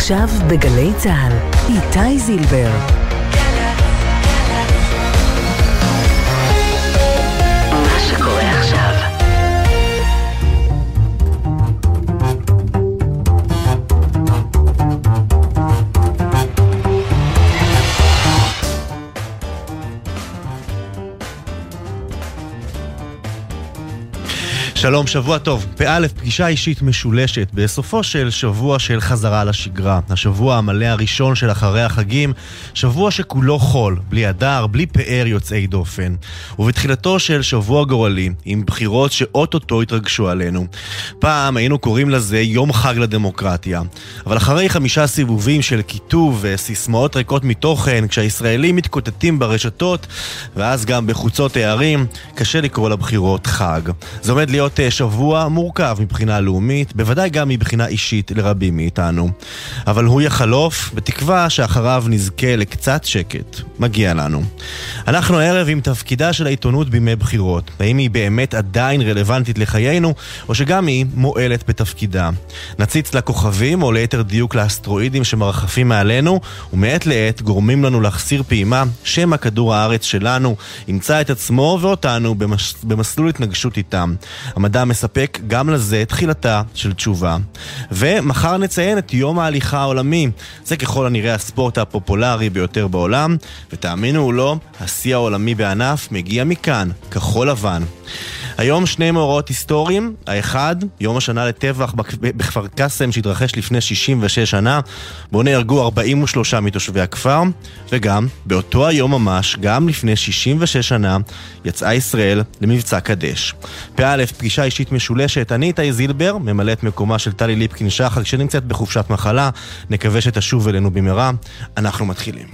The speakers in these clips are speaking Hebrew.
עכשיו בגלי צהל, איתי זילבר. מה שקורה עכשיו. שלום, שבוע טוב. באלף, פגישה אישית משולשת בסופו של שבוע של חזרה לשגרה. השבוע המלא הראשון של אחרי החגים, שבוע שכולו חול, בלי הדר, בלי פאר יוצאי דופן. ובתחילתו של שבוע גורלי, עם בחירות שאוטוטו התרגשו עלינו. פעם היינו קוראים לזה יום חג לדמוקרטיה. אבל אחרי 5 סיבובים של כיתוב וסיסמאות ריקות מתוכן, כשהישראלים מתקוטטים ברשתות, ואז גם בחוצות הערים, קשה לקרוא לבחירות חג. זה עומד להיות שבוע מורכב מבחינה לאומית, בוודאי גם מבחינה אישית לרבים מאיתנו. אבל הוא יחלוף, בתקווה שאחריו נזכה לקצת שקט. מגיע לנו. אנחנו הערב עם תפקידה של העיתונות בימי בחירות. האם היא באמת עדיין רלוונטית לחיינו, או שגם היא מועלת בתפקידה. נציץ לכוכבים, או ליתר דיוק לאסטרואידים שמרחפים מעלינו, ומעת לעת גורמים לנו להחסיר פעימה, שמא כדור הארץ שלנו ימצא את עצמו ואותנו במסלול התנגשות איתם. המדע מספק גם לזה תחילתה של תשובה. ומחר נציין את יום ההליכה העולמי. זה ככל הנראה הספורט הפופולרי ביותר בעולם, ותאמינו או לא, השיא העולמי בענף מגיע מכאן, כחול לבן. היום 2 מאורעות היסטוריים. האחד, יום השנה לטבח בכפר קאסם שהתרחש לפני 66 שנה, בו נהרגו 43 מתושבי הכפר, וגם באותו היום ממש, גם לפני 66 שנה, יצאה ישראל למבצע קדש. באלף, פגישה אישית משולשת. אני איתי זילבר, ממלאת מקומה של טלי ליפקין שחר, שנמצאת בחופשת מחלה. נקווה שתשוב אלינו במהרה. אנחנו מתחילים.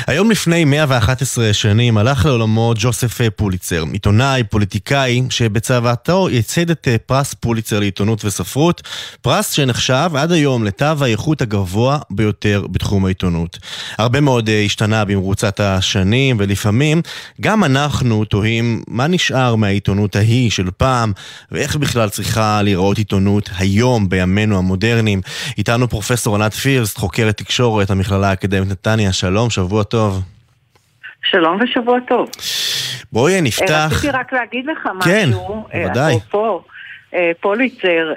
היום לפני 111 שנים הלך לעולמו ג'וסף פוליצר, עיתונאי, פוליטיקאי, שבצוואתו ייסד את פרס פוליצר לעיתונות וספרות, פרס שנחשב עד היום לתו האיכות הגבוה ביותר בתחום העיתונות. הרבה מאוד השתנה במרוצת השנים, ולפעמים גם אנחנו תוהים מה נשאר מהעיתונות ההיא של פעם, ואיך בכלל צריכה לראות עיתונות היום בימינו המודרניים. איתנו פרופסור ענת פירסט, חוקרת תקשורת, המכללה האקדמית נתניה. שלום, שבוע טוב. שלום ושבוע טוב. בואי נפתח. רציתי רק להגיד לך משהו. כן, בוודאי. אפרופו פוליצר,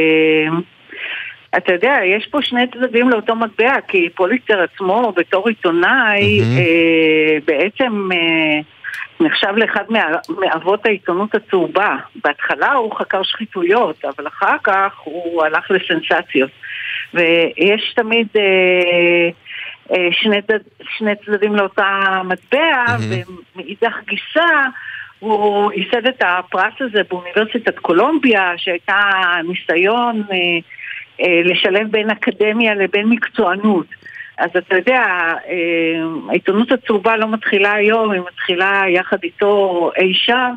אתה יודע, יש פה שני צדדים לאותו מטבע, כי פוליצר עצמו בתור עיתונאי בעצם נחשב לאחד מאבות העיתונות הצהובה. בהתחלה הוא חקר שחיתויות, אבל אחר כך הוא הלך לסנסציות. ויש תמיד שני צדדים לאותה מטבע, ומאידך גיסה הוא ייסד את הפרס הזה באוניברסיטת קולומביה, שהייתה ניסיון לשלב בין אקדמיה לבין מקצוענות. אז אתה יודע, העיתונות הצהובה לא מתחילה היום, היא מתחילה יחד איתו אי שם,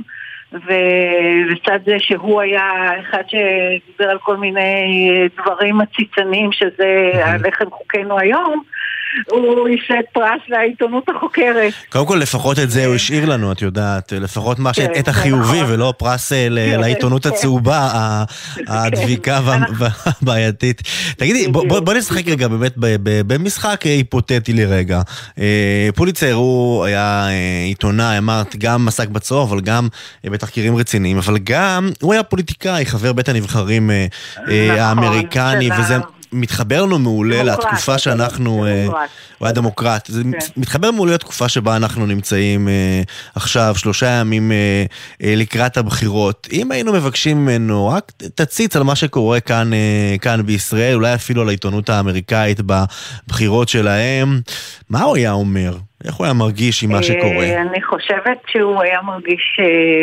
ולצד זה שהוא היה אחד שדיבר על כל מיני דברים הציצנים, שזה הלחם חוקנו היום, הוא ייסד פרס לעיתונות החוקרת. קודם כל, לפחות את זה הוא השאיר לנו, את יודעת, לפחות את החיובי, ולא פרס לעיתונות הצהובה, הדביקה והבעייתית. תגידי, בוא נשחק רגע באמת במשחק היפותטי לרגע. פוליצר הוא היה עיתונאי, אמרת, גם עסק בצהוב, אבל גם בתחקירים רציניים, אבל גם הוא היה פוליטיקאי, חבר בית הנבחרים האמריקני, וזה מתחבר לנו מעולה לתקופה שאנחנו, הוא היה דמוקרט, זה מתחבר מעולה לתקופה שבה אנחנו נמצאים עכשיו, 3 ימים לקראת הבחירות. אם היינו מבקשים ממנו, רק תציץ על מה שקורה כאן בישראל, אולי אפילו על העיתונות האמריקאית בבחירות שלהם, מה הוא היה אומר? איך הוא היה מרגיש עם מה שקורה? אני חושבת שהוא היה מרגיש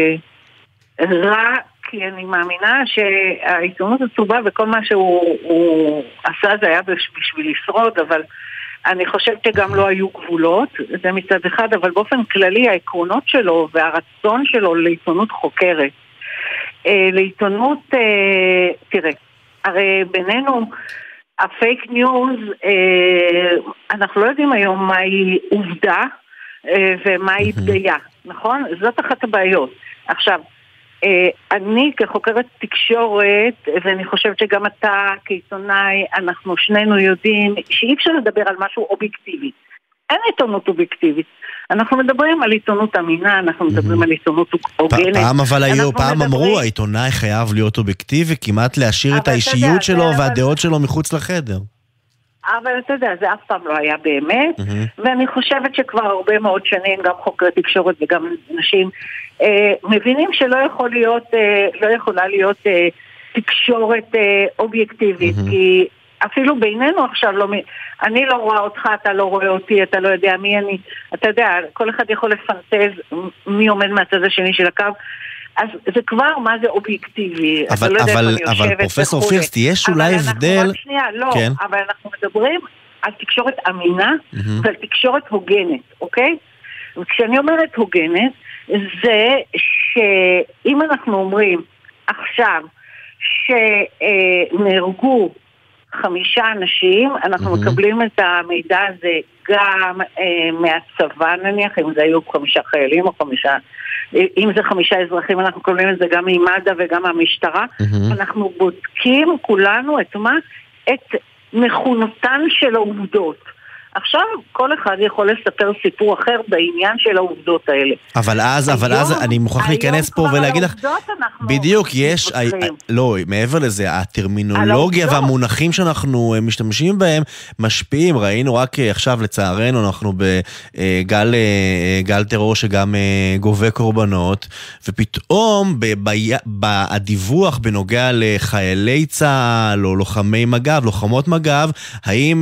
רע, כי אני מאמינה שהעיתונות הצהובה וכל מה שהוא עשה זה היה בשביל לשרוד, אבל אני חושבת שגם לא היו גבולות, זה מצד אחד, אבל באופן כללי העקרונות שלו והרצון שלו לעיתונות חוקרת, לעיתונות, תראה, הרי בינינו הפייק ניוז, אנחנו לא יודעים היום מהי עובדה ומהי בדיה, נכון? זאת אחת הבעיות. עכשיו, אני כחוקרת תקשורת, ואני חושבת שגם אתה כעיתונאי, אנחנו שנינו יודעים שאי אפשר לדבר על משהו אובייקטיבי. אין עיתונות אובייקטיבית. אנחנו מדברים על עיתונות אמינה, אנחנו מדברים על עיתונות הוגנת. פעם אמרו, העיתונאי חייב להיות אובייקטיבי, כמעט להשאיר את האישיות שלו והדעות שלו מחוץ לחדר. אבל אתה יודע, זה אף פעם לא היה באמת, ואני חושבת שכבר הרבה מאוד שנים, גם חוקרי תקשורת וגם נשים, מבינים שלא יכולה להיות תקשורת אובייקטיבית, כי אפילו בינינו עכשיו, אני לא רואה אותך, אתה לא רואה אותי, אתה לא יודע מי אני, אתה יודע, כל אחד יכול לפנטז מי עומד מהצד השני של הקו, אז זה כבר מה זה אובייקטיבי. אבל פרופסור פירסט, יש אולי הבדל... אבל אנחנו מדברים על תקשורת אמינה ועל תקשורת הוגנת, אוקיי? וכשאני אומרת הוגנת, זה שאם אנחנו אומרים עכשיו שנהרגו 5 אנשים, אנחנו מקבלים את המידע הזה גם מהצבא נניח, אם זה היו 5 חיילים או 5, אם זה 5 אזרחים, אנחנו מקבלים את זה גם ממד"א וגם מהמשטרה. אנחנו בודקים כולנו את נכונותן של העובדות. עכשיו כל אחד יכול לספר סיפור אחר בעניין של העובדות האלה. אבל אז אני מוכרח להיכנס פה ולהגיד לך, בדיוק יש, לא, מעבר לזה, הטרמינולוגיה והמונחים שאנחנו משתמשים בהם משפיעים, ראינו רק עכשיו לצערנו, אנחנו בגל טרור שגם גובה קורבנות, ופתאום בדיווח בנוגע לחיילי צה"ל או לוחמי מג"ב, לוחמות מג"ב, האם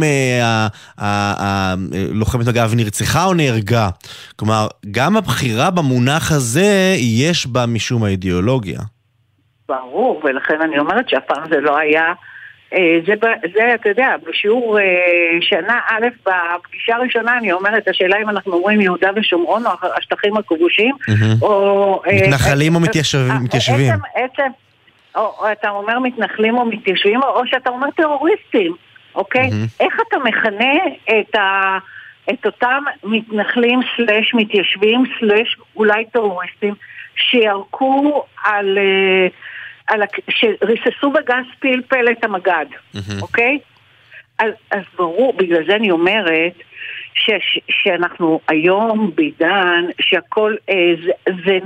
הלוחמת מג"ב נרצחה או נהרגה. כלומר, גם הבחירה במונח הזה יש בה משום האידיאולוגיה. ברור, ולכן אני אומרת שהפעם זה לא היה זה, אתה יודע, בשיעור שנה א' בפגישה הראשונה אני אומרת, השאלה אם אנחנו אומרים יהודה ושומרון או השטחים הכבושים, או... מתנחלים או מתיישבים. או אתה אומר מתנחלים או מתיישבים, או שאתה אומר טרוריסטים, אוקיי? איך אתה מכנה את אותם מתנחלים סלש מתיישבים סלש אולי טרוריסטים שירקו שריססו בגז פלפל את המגד, אוקיי? אז ברור, בגלל זה אני אומרת שאנחנו היום בעידן שהכל זה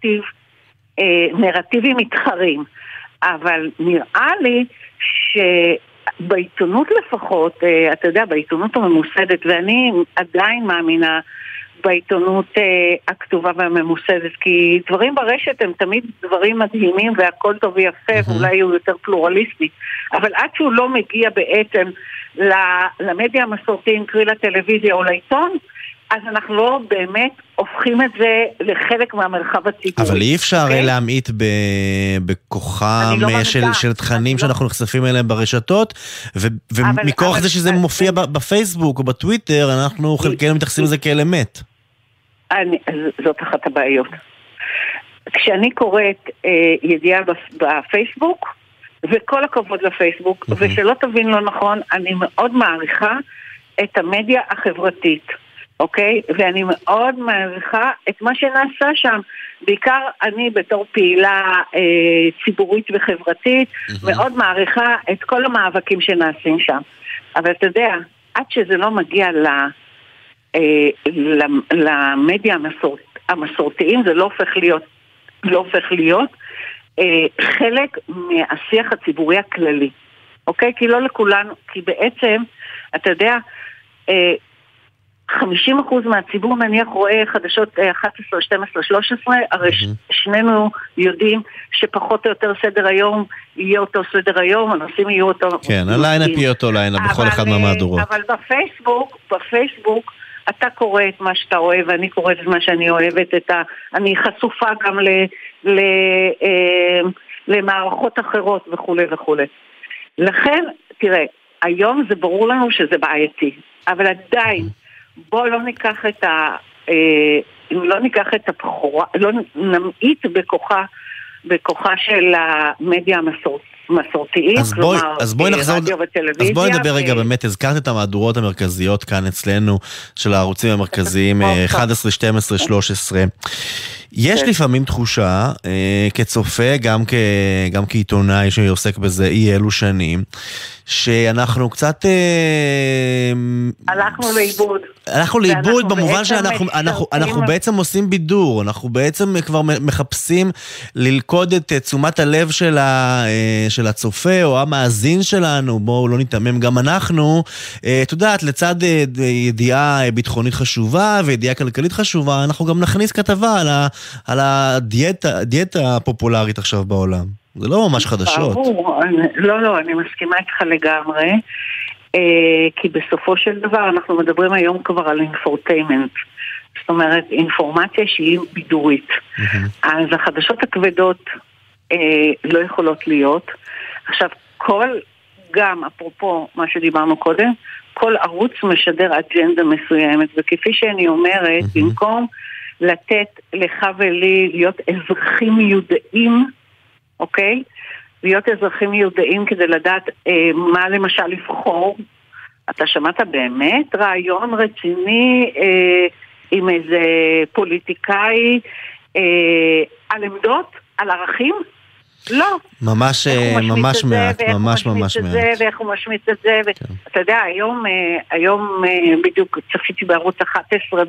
נרטיבים מתחרים, אבל נראה לי שבעיתונות לפחות, אתה יודע, בעיתונות הממוסדת, ואני עדיין מאמינה בעיתונות הכתובה והממוסדת, כי דברים ברשת הם תמיד דברים מדהימים והכל טוב ויפה, ואולי הוא יותר פלורליסטי, אבל עד שהוא לא מגיע בעצם למדיה המסורתיים, קרי לטלוויזיה או לעיתון, אז אנחנו לא באמת הופכים את זה לחלק מהמרחב הציבורי. אבל אי אפשר להמעיט בכוחם של תכנים שאנחנו נחשפים אליהם ברשתות, ומכוח זה שזה מופיע בפייסבוק או בטוויטר, אנחנו חלקנו מתייחסים לזה כאל אמת. זאת אחת הבעיות. כשאני קוראת ידיעה בפייסבוק, וכל הכבוד לפייסבוק, ושלא תבין לא נכון, אני מאוד מעריכה את המדיה החברתית. אוקיי? ואני מאוד מעריכה את מה שנעשה שם. בעיקר אני בתור פעילה ציבורית וחברתית, מאוד מעריכה את כל המאבקים שנעשים שם. אבל אתה יודע, עד שזה לא מגיע למדיה המסורתיים, זה לא הופך להיות חלק מהשיח הציבורי הכללי. אוקיי? כי לא לכולנו, כי בעצם, אתה יודע, 50% מהציבור נניח רואה חדשות 11, 12, 13, הרי שנינו יודעים שפחות או יותר סדר היום יהיה אותו סדר היום, הנושאים יהיו אותו... כן, הליינאפ יהיה אותו ליינאפ בכל אחד מהמהדורות. אבל בפייסבוק אתה קורא את מה שאתה אוהב, ואני קוראת את מה שאני אוהבת, אני חשופה גם למערכות אחרות וכו' וכו'. לכן, תראה, היום זה ברור לנו שזה בעייתי, אבל עדיין בוא לא ניקח את הבחורה, לא נמעיט בכוחה של המדיה המסורתיים, אז בואי נדבר רגע, באמת הזכרת את המהדורות המרכזיות כאן אצלנו של הערוצים המרכזיים 11, 12, 13. יש לפעמים תחושה, כצופה, גם כעיתונאי שעוסק בזה אי אלו שנים, שאנחנו קצת... הלכנו לאיבוד במובן שאנחנו בעצם עושים בידור, אנחנו בעצם כבר מחפשים ללכוד את תשומת הלב של הצופה או המאזין שלנו, בואו לא נתאמם גם אנחנו, את יודעת, לצד ידיעה ביטחונית חשובה וידיעה כלכלית חשובה, אנחנו גם נכניס כתבה על הדיאטה הפופולרית עכשיו בעולם. זה לא ממש חדשות. לא, אני מסכימה איתך לגמרי, כי בסופו של דבר אנחנו מדברים היום כבר על אינפורטיימנט, זאת אומרת אינפורמציה שהיא בידורית. אז החדשות הכבדות לא יכולות להיות. עכשיו, גם אפרופו מה שדיברנו קודם, כל ערוץ משדר אג'נדה מסוימת, וכפי שאני אומרת, במקום לתת לך ולי להיות אזרחים מיודעים, אוקיי? להיות אזרחים מיודעים כדי לדעת מה למשל לבחור. אתה שמעת באמת רעיון רציני עם איזה פוליטיקאי על עמדות, על ערכים? לא. ממש מעט, ממש מעט. ואיך הוא משמיץ את זה, אתה יודע, היום בדיוק צפיתי בערוץ 11,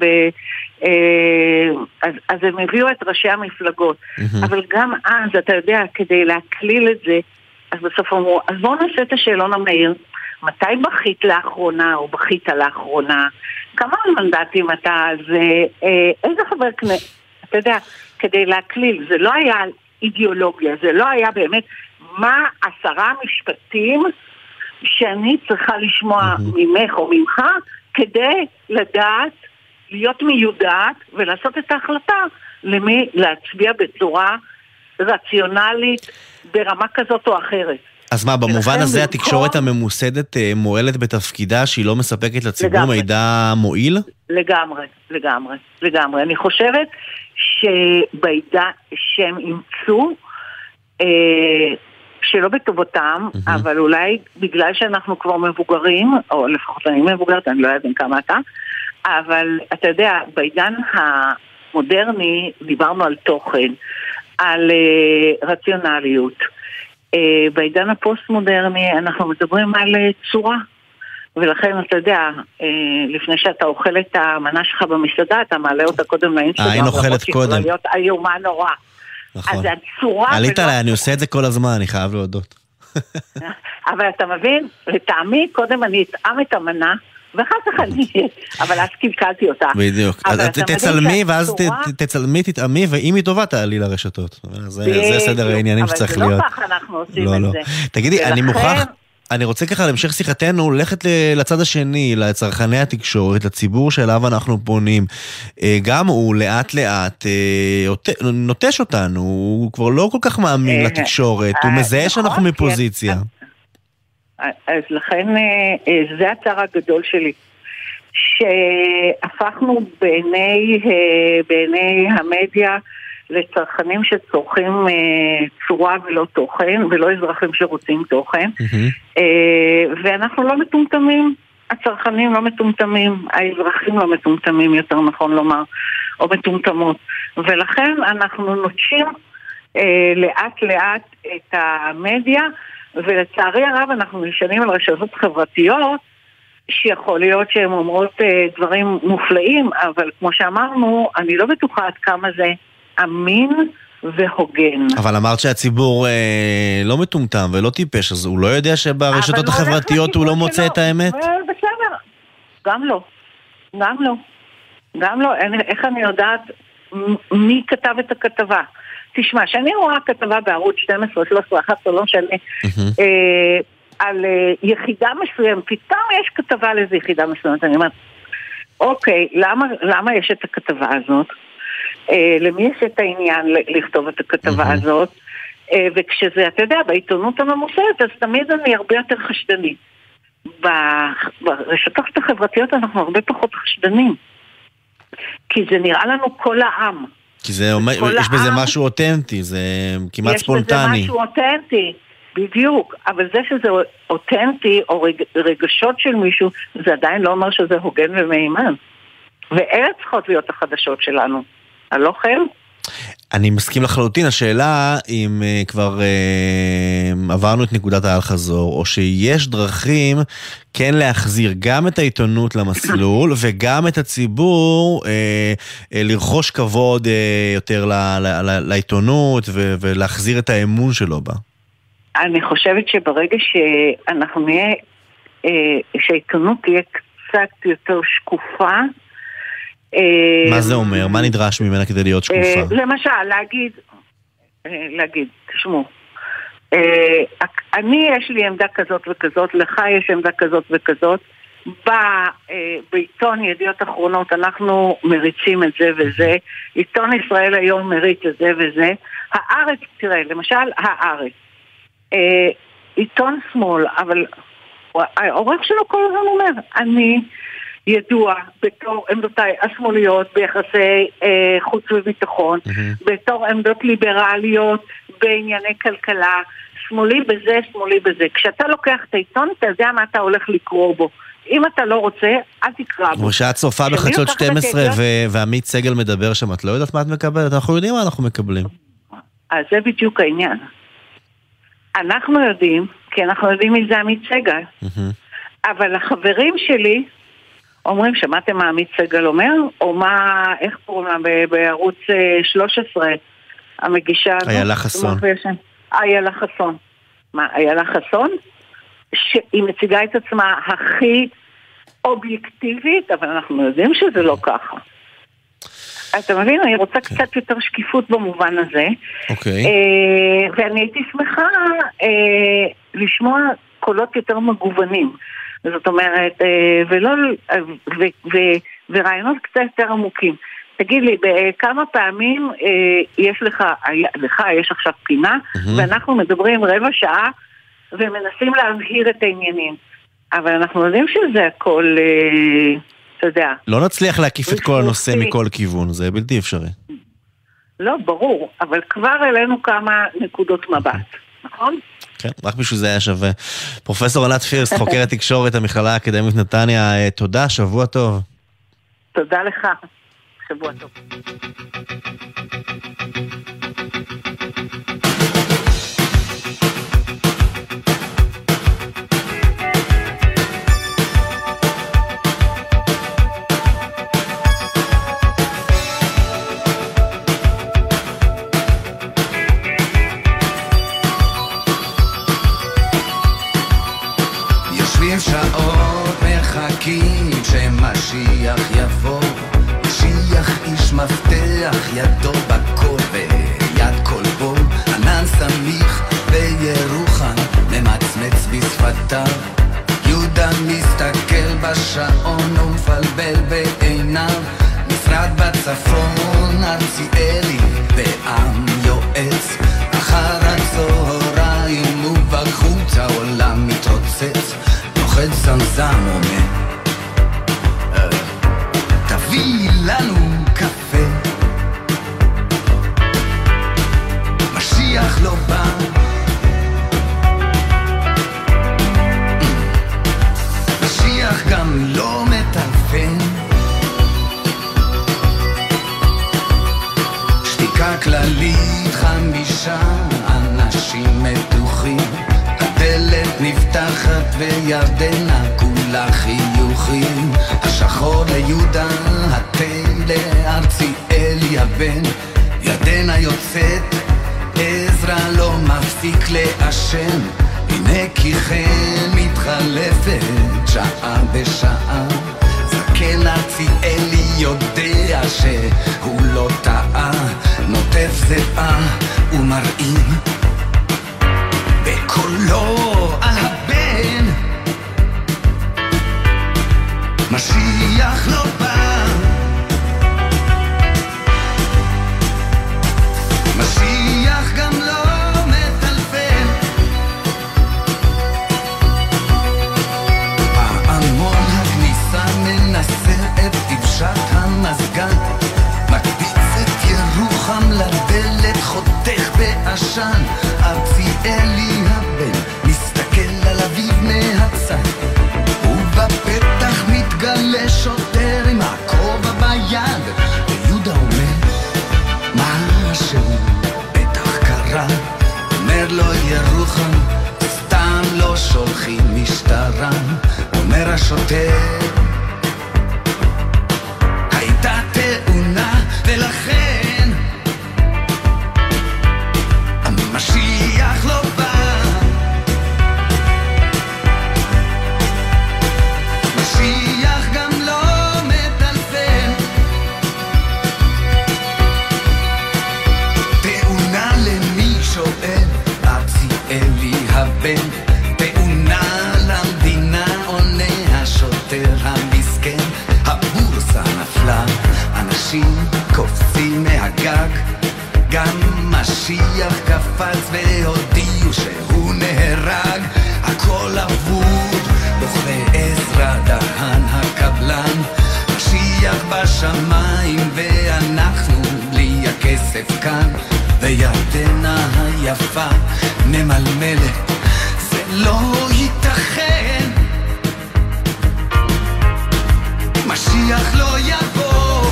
אז הם הביאו את ראשי המפלגות, אבל גם אז, אתה יודע, כדי להקליל את זה, אז בסוף אמרו, אז בואו נעשה את השאלון המהיר, מתי בכית לאחרונה, או בכית לאחרונה, כמה מנדטים אתה, איזה חבר כנסת, אתה יודע, כדי להקליל, זה לא היה אידיאולוגיה, זה לא היה באמת מה 10 משפטים שאני צריכה לשמוע ממך או ממך כדי לדעת, להיות מיודעת ולעשות את ההחלטה למי להצביע בצורה רציונלית ברמה כזאת או אחרת. אז מה, במובן הזה התקשורת הממוסדת מועלת בתפקידה שהיא לא מספקת לציבור מידע מועיל? לגמרי. אני חושבת שבעידן שהם אימצו, שלא בטובתם, אבל אולי בגלל שאנחנו כבר מבוגרים, או לפחות אני מבוגרת, אני לא יודעת כמה אתה, אבל אתה יודע, בעידן המודרני דיברנו על תוכן, על רציונליות. בעידן הפוסט-מודרני אנחנו מדברים על צורה, ולכן אתה יודע, לפני שאתה אוכל את המנה שלך במסעדה, אתה מעלה אותה קודם לאינסטגרם, היא אוכלת קודם. להיות איומה נורא. נכון. אז הצורה... עלית עליי, אני עושה את זה כל הזמן, אני חייב להודות. אבל אתה מבין, לטעמי, קודם אני אטעם את המנה, ואחר כך אני... אבל אז קלקלתי אותה. בדיוק. אז תצלמי, ואז תצלמי, תטעמי, ואם היא טובה, תעלי לרשתות. זה סדר העניינים שצריך להיות. אבל זה לא ככה אנחנו עושים את זה. תגידי, אני מוכרח... אני רוצה ככה להמשך שיחתנו, ללכת לצד השני, לצרכני התקשורת, לציבור שאליו אנחנו פונים. גם הוא לאט לאט נוטש אותנו, הוא כבר לא כל כך מאמין לתקשורת, הוא מזהה שאנחנו מפוזיציה. אז לכן זה הצער הגדול שלי, שהפכנו בעיני המדיה לצרכנים שצורכים צורה ולא תוכן, ולא אזרחים שרוצים תוכן, ואנחנו לא מטומטמים, הצרכנים לא מטומטמים, האזרחים לא מטומטמים, יותר נכון לומר, או מטומטמות, ולכן אנחנו נוטשים לאט לאט את המדיה, ולצערי הרב אנחנו נשענים על רשתות חברתיות, שיכול להיות שהן אומרות דברים מופלאים, אבל כמו שאמרנו, אני לא בטוחה עד כמה זה אמין והוגן. אבל אמרת שהציבור לא מטומטם ולא טיפש, אז הוא לא יודע שברשתות החברתיות הוא לא מוצא את האמת? בסדר, גם לא. איך אני יודעת מי כתב את הכתבה? תשמע, שאני רואה כתבה בערוץ 12, 13, 11, לא משנה, על יחידה מסוימת, פתאום יש כתבה על איזו יחידה מסוימת, אני אומרת, אוקיי, למה יש את הכתבה הזאת? למי יש את העניין לכתוב את הכתבה הזאת? וכשזה, אתה יודע, בעיתונות הממוסדת, אז תמיד אני הרבה יותר חשדני. ברשתות החברתיות אנחנו הרבה פחות חשדנים. כי זה נראה לנו כל העם. כי יש בזה משהו אותנטי, זה כמעט ספונטני. יש בזה משהו אותנטי, בדיוק. אבל זה שזה אותנטי או רגשות של מישהו, זה עדיין לא אומר שזה הוגן ומהימן. ואלה צריכות להיות החדשות שלנו. הלא כן? אני מסכים לחלוטין. השאלה אם כבר עברנו את נקודת האל-חזור, או שיש דרכים כן להחזיר גם את העיתונות למסלול, וגם את הציבור לרכוש כבוד יותר לעיתונות, ולהחזיר את האמון שלו בה. אני חושבת שברגע שאנחנו נהיה, שהעיתונות תהיה קצת יותר שקופה, מה זה אומר? מה נדרש ממנה כדי להיות שקופה? למשל, להגיד, תשמעו, אני יש לי עמדה כזאת וכזאת, לך יש עמדה כזאת וכזאת, בעיתון ידיעות אחרונות אנחנו מריצים את זה וזה, עיתון ישראל היום מריץ את זה וזה, הארץ, תראה, למשל הארץ, עיתון שמאל, אבל העורך שלו כל הזמן אומר, אני ידוע בתור עמדותיי השמאליות ביחסי חוץ וביטחון, בתור עמדות ליברליות בענייני כלכלה, שמאלי בזה, שמאלי בזה. כשאתה לוקח את העיתון, אתה יודע מה אתה הולך לקרוא בו. אם אתה לא רוצה, אל תקרא בו. כמו שאת צופה בחדשות 12 ועמית סגל מדבר שם, את לא יודעת מה את מקבלת? אנחנו יודעים מה אנחנו מקבלים. אז זה בדיוק העניין. אנחנו יודעים, כי אנחנו יודעים מי זה עמית סגל. אבל החברים שלי אומרים, שמעתם מה עמית סגל אומר? או מה, איך קוראים לה בערוץ 13, המגישה הזאת? איילה חסון. איילה חסון. מה, איילה חסון? שהיא מציגה את עצמה הכי אובייקטיבית, אבל אנחנו יודעים שזה לא ככה. אתה מבין? אני רוצה קצת יותר שקיפות במובן הזה. אוקיי. ואני הייתי שמחה לשמוע קולות יותר מגוונים. זאת אומרת, ורעיונות קצת יותר עמוקים. תגיד לי, בכמה פעמים יש לך יש עכשיו פינה, ואנחנו מדברים רבע שעה ומנסים להבהיר את העניינים. אבל אנחנו יודעים שזה הכל, אתה יודע. לא נצליח להקיף את כל הנושא מכל כיוון, זה בלתי אפשרי. לא, ברור, אבל כבר אלינו כמה נקודות מבט, נכון? כן, רק בשביל זה היה שווה. פרופסור ענת פירסט, חוקרת תקשורת המכללה האקדמית נתניה, תודה, שבוע טוב. תודה לך, שבוע טוב. שעות מחכים שמשיח יבוא, משיח איש מפתח, ידו בכל ויד כל בו, ענן סמיך בירוחם ממצמץ בשפתיו, יהודה מסתכל בשעון ומפלבל בעיניו, משרד בצפון ארציאלי בעם יועץ, אחר הצהריים ובחוץ העולם מתרוצץ, נוחד זמזם אומר תביא לנו קפה, משיח לא בא, משיח גם לא מטלפן, שתיקה כללית 5 אנשים מתוחים, הדלת נפתחת וירדנה כולה חיוכים, השחור ליהודה, התה לארציאלי הבן, ירדנה יוצאת, עזרא לא מפסיק לעשן, הנה כי כן מתחלפת שעה בשעה, זקן ארציאלי יודע שהוא לא טעה, נוטף זרעה ומראים בקולו על הבן, משיח לא בא, משיח גם לא מטלפן, פעמון הכניסה מנסה את דבשת המזגן, מקפיץ את ירוחם לדלת, חותך בעשן, ארציאלי הבן מסתכל על אביו מהצד, ובפתח מתגלה שוטר עם הכובע ביד, ויהודה אומר משהו בטח קרה, אומר לו ירוחם סתם לא שולחים משטרה, אומר השוטר הייתה תאונה ולכן המשיח לא בא, משיח גם לא מטלפן, תאונה למי שואל, ארציאלי הבן, תאונה למדינה עונה השוטר המסכן, הבורסה נפלה, אנשים קופצים מהגג, גם משיח קפץ והודיעו שהוא נהרג, הכל אבוד, בוכה עזרא דהן הקבלן, משיח בשמיים ואנחנו בלי הכסף כאן, וירדנה היפה ממלמלת, זה לא ייתכן, משיח לא יבוא,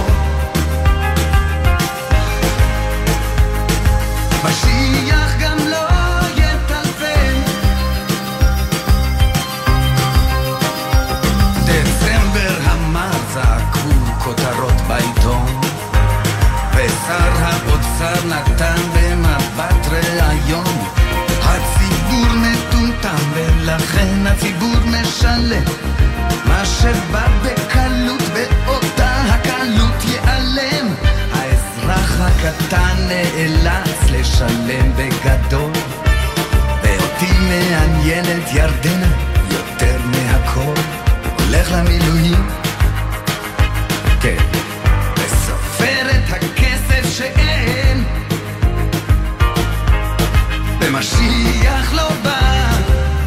משיח גם לא יטלפן, דצמבר המר זעקו כותרות בעיתון, ושר האוצר נתן במבט ראיון, הציבור מטומטם ולכן הציבור משלם, מה שבא בקלות באותה הקלות ייעלם, האזרח הקטן נאלץ לשלם בגדול, ואותי מעניינת ירדנה יותר מהכל, הולך למילואים, כן, וסופר את הכסף שאין, ומשיח לא בא,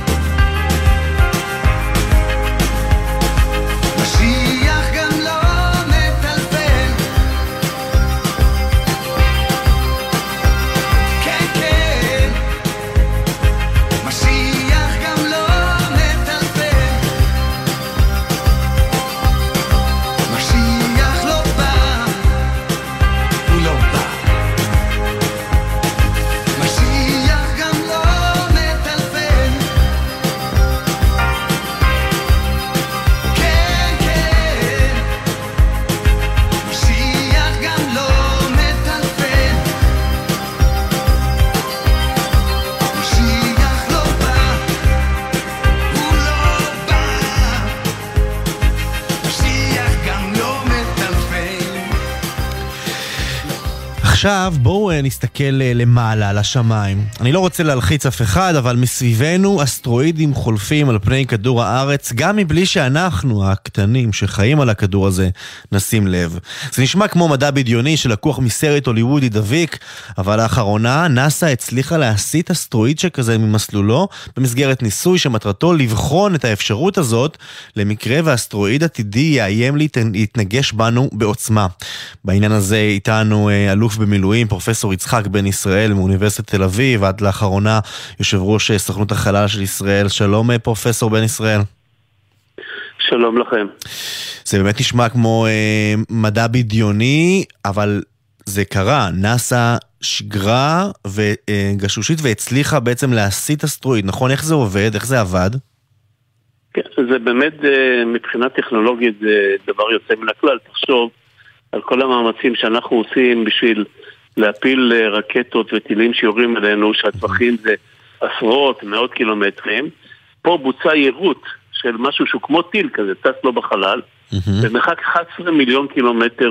עכשיו בואו נסתכל למעלה, לשמיים. אני לא רוצה להלחיץ אף אחד, אבל מסביבנו אסטרואידים חולפים על פני כדור הארץ, גם מבלי שאנחנו, הקטנים שחיים על הכדור הזה, נשים לב. זה נשמע כמו מדע בדיוני שלקוח מסרט הוליוודי דביק, אבל לאחרונה נאס"א הצליחה להסיט אסטרואיד שכזה ממסלולו, במסגרת ניסוי שמטרתו לבחון את האפשרות הזאת, למקרה והאסטרואיד עתידי יאיים להתנגש בנו בעוצמה. בעניין הזה איתנו אלוף במילואים, פרופסור יצחק בן ישראל מאוניברסיטת תל אביב, עד לאחרונה יושב ראש סוכנות החלל של ישראל. שלום פרופסור בן ישראל. שלום לכם. זה באמת נשמע כמו מדע בדיוני, אבל זה קרה. נאס"א שגרה וגשושית והצליחה בעצם להסיט אסטרואיד, נכון? איך זה עובד? איך זה עבד? כן, זה באמת מבחינה טכנולוגית זה דבר יוצא מן הכלל. תחשוב על כל המאמצים שאנחנו עושים בשביל להפיל רקטות וטילים שיורים עלינו, שהטווחים זה עשרות, מאות קילומטרים. פה בוצע יירוט של משהו שהוא כמו טיל כזה, טס לו בחלל, במרחק 11 מיליון קילומטר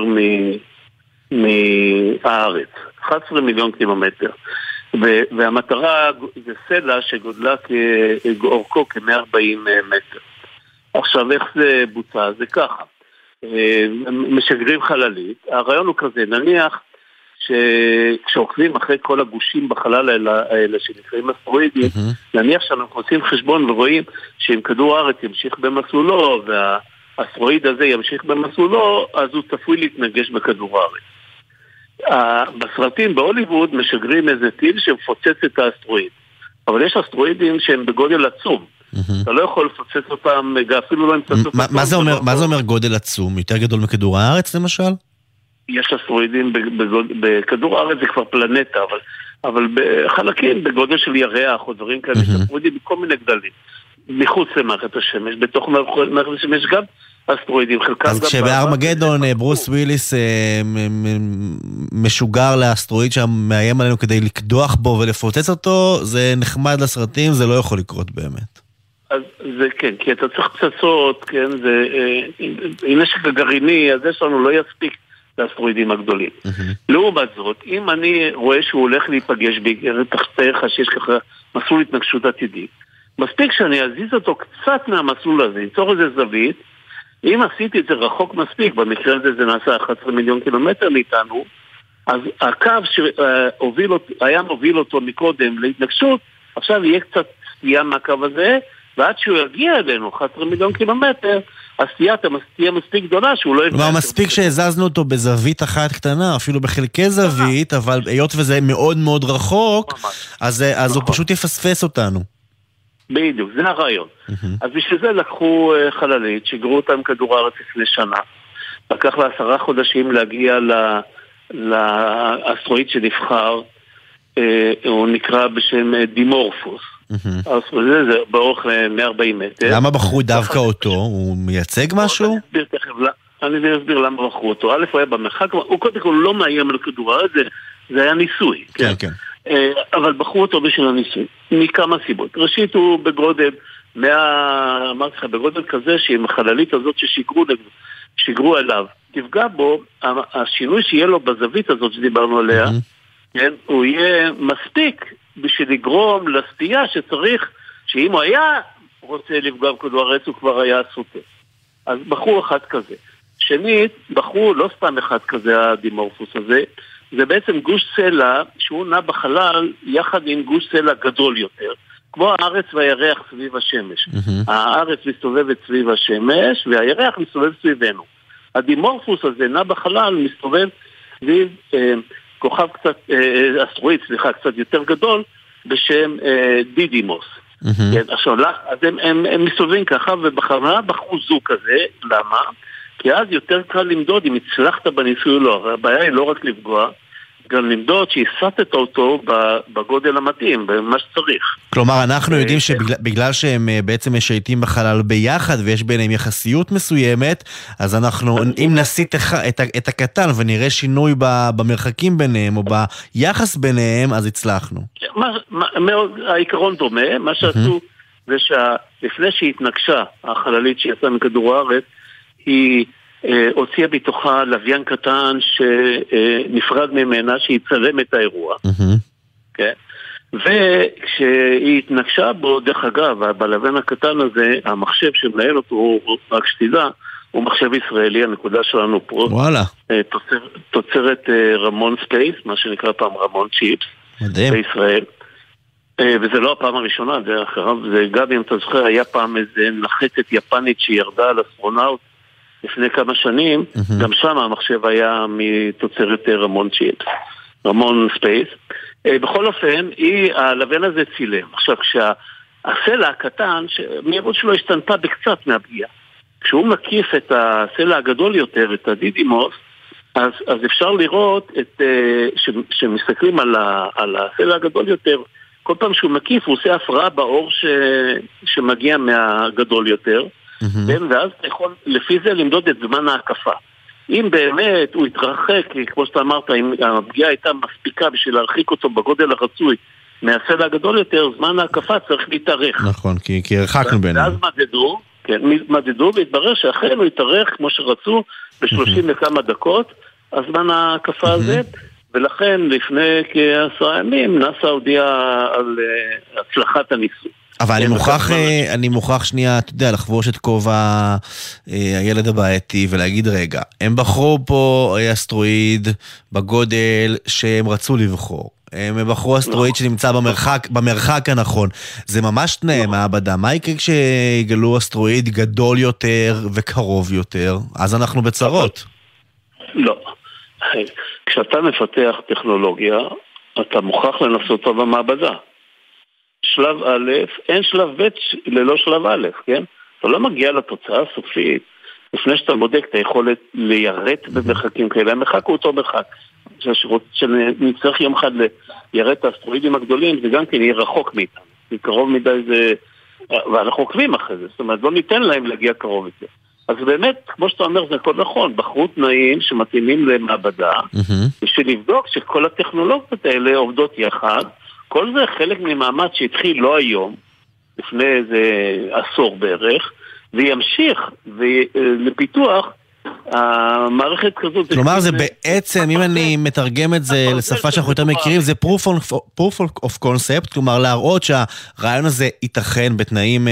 מהארץ. 11 מיליון קילומטר. והמטרה זה סלע שגודלה כאורכו כ-140 מטר. עכשיו איך זה בוצע? זה ככה. משגרים חללית. הרעיון הוא כזה, נניח שכשעוקבים אחרי כל הגושים בחלל האלה שנקראים אסטרואידים, נניח שאנחנו עושים חשבון ורואים שאם כדור הארץ ימשיך במסלולו והאסטרואיד הזה ימשיך במסלולו, אז הוא צפוי להתנגש בכדור הארץ. בסרטים בהוליווד משגרים איזה טיל שמפוצץ את האסטרואיד, אבל יש אסטרואידים שהם בגודל עצום. אתה לא יכול לפוצץ אותם, אפילו לא ימצץ אותם. מה זה אומר גודל עצום? יותר גדול מכדור הארץ למשל? יש אסטרואידים בכדור הארץ, זה כבר פלנטה, אבל בחלקים בגודל של ירח או דברים כאלה, יש אסטרואידים בכל מיני גדלים. מחוץ למערכת השמש, בתוך מערכת השמש גם אסטרואידים. אז כשבארמגדון ברוס וויליס משוגר לאסטרואיד שמאיים עלינו כדי לקדוח בו ולפוצץ אותו, זה נחמד לסרטים, זה לא יכול לקרות באמת. אז זה כן, כי אתה צריך פצצות, כן, זה נשק הגרעיני, אז יש לנו לא יספיק לאסטרואידים הגדולים. לעומת זאת, אם אני רואה שהוא הולך להיפגש תחתיך שיש ככה מסלול התנגשות עתידי, מספיק שאני אזיז אותו קצת מהמסלול הזה, ייצור איזה זווית. אם עשיתי את זה רחוק מספיק, במקרה הזה זה נעשה 11 מיליון קילומטר מאיתנו, אז הקו שהיה מוביל אותו מקודם להתנגשות, עכשיו יהיה קצת סטייה מהקו הזה, ועד שהוא יגיע אלינו 11 מיליון קילומטר, הסטייה תהיה מספיק גדולה שהוא לא... כלומר, מספיק שהזזנו אותו בזווית אחת קטנה, אפילו בחלקי זווית, אבל היות וזה מאוד מאוד רחוק, אז הוא פשוט יפספס אותנו. בדיוק, זה הרעיון. אז בשביל זה לקחו חללית, שיגרו אותם כדור הארץ לפני שנה, לקח לה 10 חודשים להגיע לאסטרואיד שנבחר, הוא נקרא בשם דימורפוס. זה באורך 140 מטר. למה בחרו דווקא אותו? הוא מייצג משהו? אני אסביר למה בחרו אותו. א', הוא היה במרחק, הוא קודם כל לא מאיים על כדור הארץ, זה היה ניסוי. כן, כן. אבל בחרו אותו בשביל הניסוי, מכמה סיבות. ראשית הוא בגודל, אמרתי לך, בגודל כזה שעם החללית הזאת ששיגרו אליו, תפגע בו, השינוי שיהיה לו בזווית הזאת שדיברנו עליה, כן, הוא יהיה מספיק בשביל לגרום לסטייה שצריך, שאם הוא היה רוצה לפגוע בכדור הארץ הוא כבר היה סוטה. אז בחרו אחד כזה. שנית, בחרו לא סתם אחד כזה, הדימורפוס הזה, זה בעצם גוש סלע שהוא נע בחלל יחד עם גוש סלע גדול יותר, כמו הארץ והירח סביב השמש. הארץ מסתובבת סביב השמש והירח מסתובב סביבנו. הדימורפוס הזה נע בחלל מסתובב סביב כוכב קצת, אסטרואיד, קצת יותר גדול, בשם דידימוס. עכשיו, אז הם מסתובבים ככה, ובחרה בחרו זוג כזה, למה? כי אז יותר קל למדוד אם הצלחת בניסוי או לא. הבעיה היא לא רק לפגוע, גם למדוד שהסתת אותו בגודל המתאים, במה שצריך. כלומר, אנחנו יודעים שבגלל שהם בעצם משייטים בחלל ביחד, ויש ביניהם יחסיות מסוימת, אז אנחנו, אם נסיט את הקטן ונראה שינוי במרחקים ביניהם, או ביחס ביניהם, אז הצלחנו. העיקרון דומה, מה שעשו, זה שלפני שהתנגשה החללית שיצאה מכדור הארץ, היא הוציאה בתוכה לוויין קטן שנפרד ממנה, שיצלם את האירוע. כן? וכשהיא התנגשה בו, דרך אגב, בלוויין הקטן הזה, המחשב שמנהל אותו, רק שתדע, הוא מחשב ישראלי, הנקודה שלנו פה. וואלה. תוצרת רמון ספייס, מה שנקרא פעם רמון צ'יפס. מדהים. בישראל. וזה לא הפעם הראשונה, דרך אגב, זה גם אם אתה זוכר, היה פעם איזה נחתת יפנית שירדה על אסטרונאוט לפני כמה שנים, גם שם המחשב היה מתוצרת רמון צ'יפס, רמון ספייס. בכל אופן, הלוויין הזה צילם. עכשיו, כשהסלע הקטן, מהירות שלו השתנתה בקצת מהפגיעה. כשהוא מקיף את הסלע הגדול יותר, את הדידימוס, אז אפשר לראות שמסתכלים על הסלע הגדול יותר, כל פעם שהוא מקיף הוא עושה הפרעה באור שמגיע מהגדול יותר, ואז אתה יכול לפי זה למדוד את זמן ההקפה. אם באמת הוא יתרחק, כמו שאתה אמרת, אם הפגיעה הייתה מספיקה בשביל להרחיק אותו בגודל הרצוי מהסלע הגדול יותר, זמן ההקפה צריך להתארך. נכון, כי הרחקנו בינינו. ואז מדדו והתברר שאכן הוא יתארך כמו שרצו ב-30 וכמה דקות, הזמן ההקפה הזה, ולכן לפני כ10 ימים נאס"א הודיע על הצלחת הניסוי. אבל אני מוכרח שנייה, אתה יודע, לחבוש את כובע הילד הבעייתי ולהגיד רגע, הם בחרו פה אסטרואיד בגודל שהם רצו לבחור. הם בחרו אסטרואיד שנמצא במרחק הנכון. זה ממש תנאי מעבדה. מה יקרה כשיגלו אסטרואיד גדול יותר וקרוב יותר? אז אנחנו בצרות. לא. כשאתה מפתח טכנולוגיה, אתה מוכרח לנסות אותה במעבדה. שלב א', אין שלב ב' ללא שלב א', כן? אתה לא מגיע לתוצאה הסופית, לפני שאתה בודק את היכולת ליירט במרחקים כאלה, המרחק הוא אותו מרחק. שנצטרך יום אחד ליירט את האסטרואידים הגדולים, זה גם כן יהיה רחוק מאיתם. כי קרוב מדי זה... ואנחנו עוקבים אחרי זה, זאת אומרת, לא ניתן להם להגיע קרוב יותר. אז באמת, כמו שאתה אומר, זה הכל נכון, בחרו תנאים שמתאימים למעבדה, בשביל לבדוק שכל הטכנולוגיות האלה עובדות יחד, כל זה חלק ממאמץ שהתחיל לא היום, לפני איזה עשור בערך, וימשיך לפיתוח המערכת כזאת. כלומר, זה בעצם, אם אני מתרגם את זה לשפה שאנחנו יותר מכירים, זה proof of concept, כלומר להראות שהרעיון הזה ייתכן בתנאים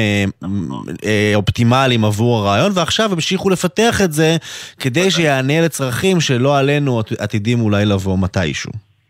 אופטימליים עבור הרעיון, ועכשיו המשיכו לפתח את זה כדי שיענה לצרכים שלא עלינו עתידים אולי לבוא מתישהו.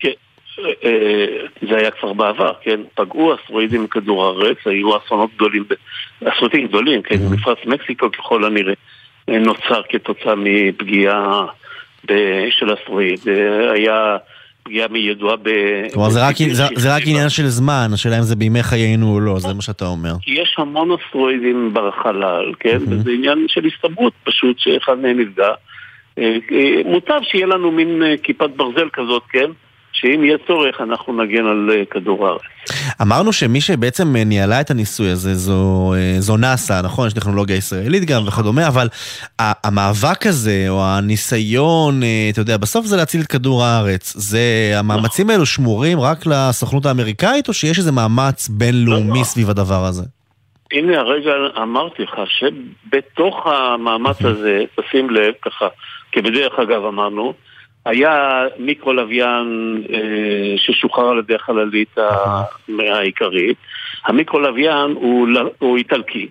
זה היה כבר בעבר, כן? פגעו אסטרואידים מכדור הארץ, היו אסונות גדולים, אסונות גדולים, כן? מפרץ מקסיקו ככל הנראה נוצר כתוצאה מפגיעה של אסטרואיד. היה פגיעה מידועה כלומר, זה רק עניין של זמן, השאלה אם זה בימי חיינו או לא, זה מה שאתה אומר. כי יש המון אסטרואידים בחלל, כן? וזה עניין של הסתברות פשוט שאחד מהם נפגע. מוטב שיהיה לנו מין כיפת ברזל כזאת, כן? שאם יהיה צורך אנחנו נגן על כדור הארץ. אמרנו שמי שבעצם ניהלה את הניסוי הזה זו נאס"א, נכון? יש טכנולוגיה ישראלית גם וכדומה, אבל המאבק הזה או הניסיון, אתה יודע, בסוף זה להציל את כדור הארץ. זה, המאמצים האלו שמורים רק לסוכנות האמריקאית, או שיש איזה מאמץ בינלאומי סביב הדבר הזה? הנה הרגע אמרתי לך שבתוך המאמץ הזה, תשים לב ככה, כבדרך אגב אמרנו, היה מיקרולוויין ששוחרר על ידי החללית העיקרית. המיקרולוויין הוא איטלקי,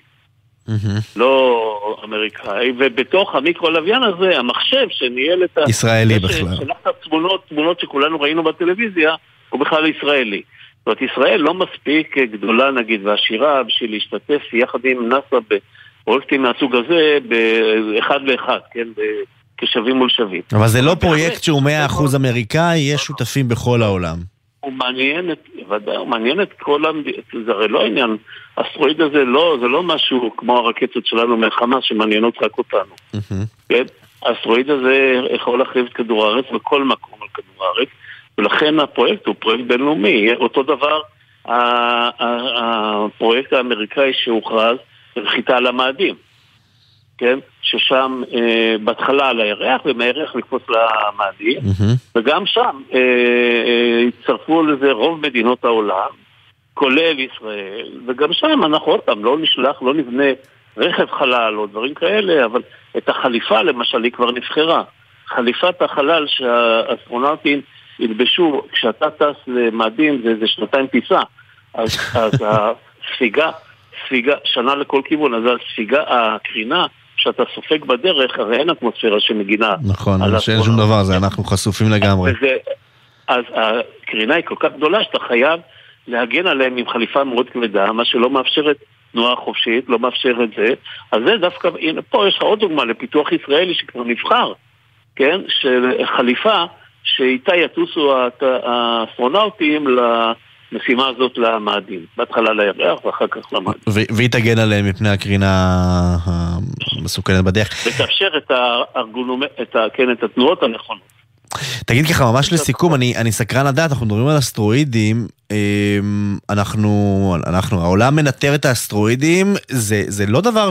לא אמריקאי, ובתוך המיקרולוויין הזה המחשב שניהל את ישראלי בכלל, שלח את תמונות שכולנו ראינו בטלוויזיה, הוא בכלל ישראלי. זאת אומרת, ישראל לא מספיק גדולה נגיד ועשירה בשביל להשתתף יחד עם נאס"א בפרויקטים מהסוג הזה באחד לאחד, כן, כשווים מול שווים. אבל זה לא פרויקט שהוא 100% אמריקאי, יש שותפים בכל העולם. הוא מעניין את כל המדינה, זה הרי לא עניין, האסטרואיד הזה זה לא משהו כמו הרקטות שלנו מהחמאס שמעניינות רק אותנו. כן? האסטרואיד הזה יכול להחריב את כדור הארץ בכל מקום על כדור הארץ, ולכן הפרויקט הוא פרויקט בינלאומי. אותו דבר, הפרויקט האמריקאי שהוכרז, חיטה על המאדים. כן? ששם בהתחלה על הירח ומהירח לקפוץ למאדים, וגם שם הצטרפו לזה רוב מדינות העולם, כולל ישראל, וגם שם אנחנו עוד פעם לא נשלח, לא נבנה רכב חלל או דברים כאלה, אבל את החליפה למשל היא כבר נבחרה. חליפת החלל שהאסטרונאוטים ילבשו כשאתה טס למאדים זה איזה 2 טיסה, אז הספיגה שנה לכל כיוון, אז הספיגה, הקרינה שאתה סופג בדרך, הרי אין אטמוספירה שמגינה. נכון, שאין שום דבר, זה אנחנו חשופים לגמרי. אז הקרינה היא כל כך גדולה שאתה חייב להגן עליהם עם חליפה מאוד כבדה, מה שלא מאפשרת תנועה חופשית, לא מאפשר את זה. אז זה דווקא, פה יש לך עוד דוגמה לפיתוח ישראלי שכבר נבחר, כן? של חליפה שאיתה יטוסו האסטרונאוטים למשימה הזאת למאדים. בהתחלה לירח ואחר כך למאדים. והיא תגן עליהם מפני הקרינה המסוכנת בדרך. ותאפשר את התנועות הנכונות. תגיד ככה, ממש לסיכום, אני סקרן לדעת, אנחנו מדברים על אסטרואידים, העולם מנטר את האסטרואידים, זה לא דבר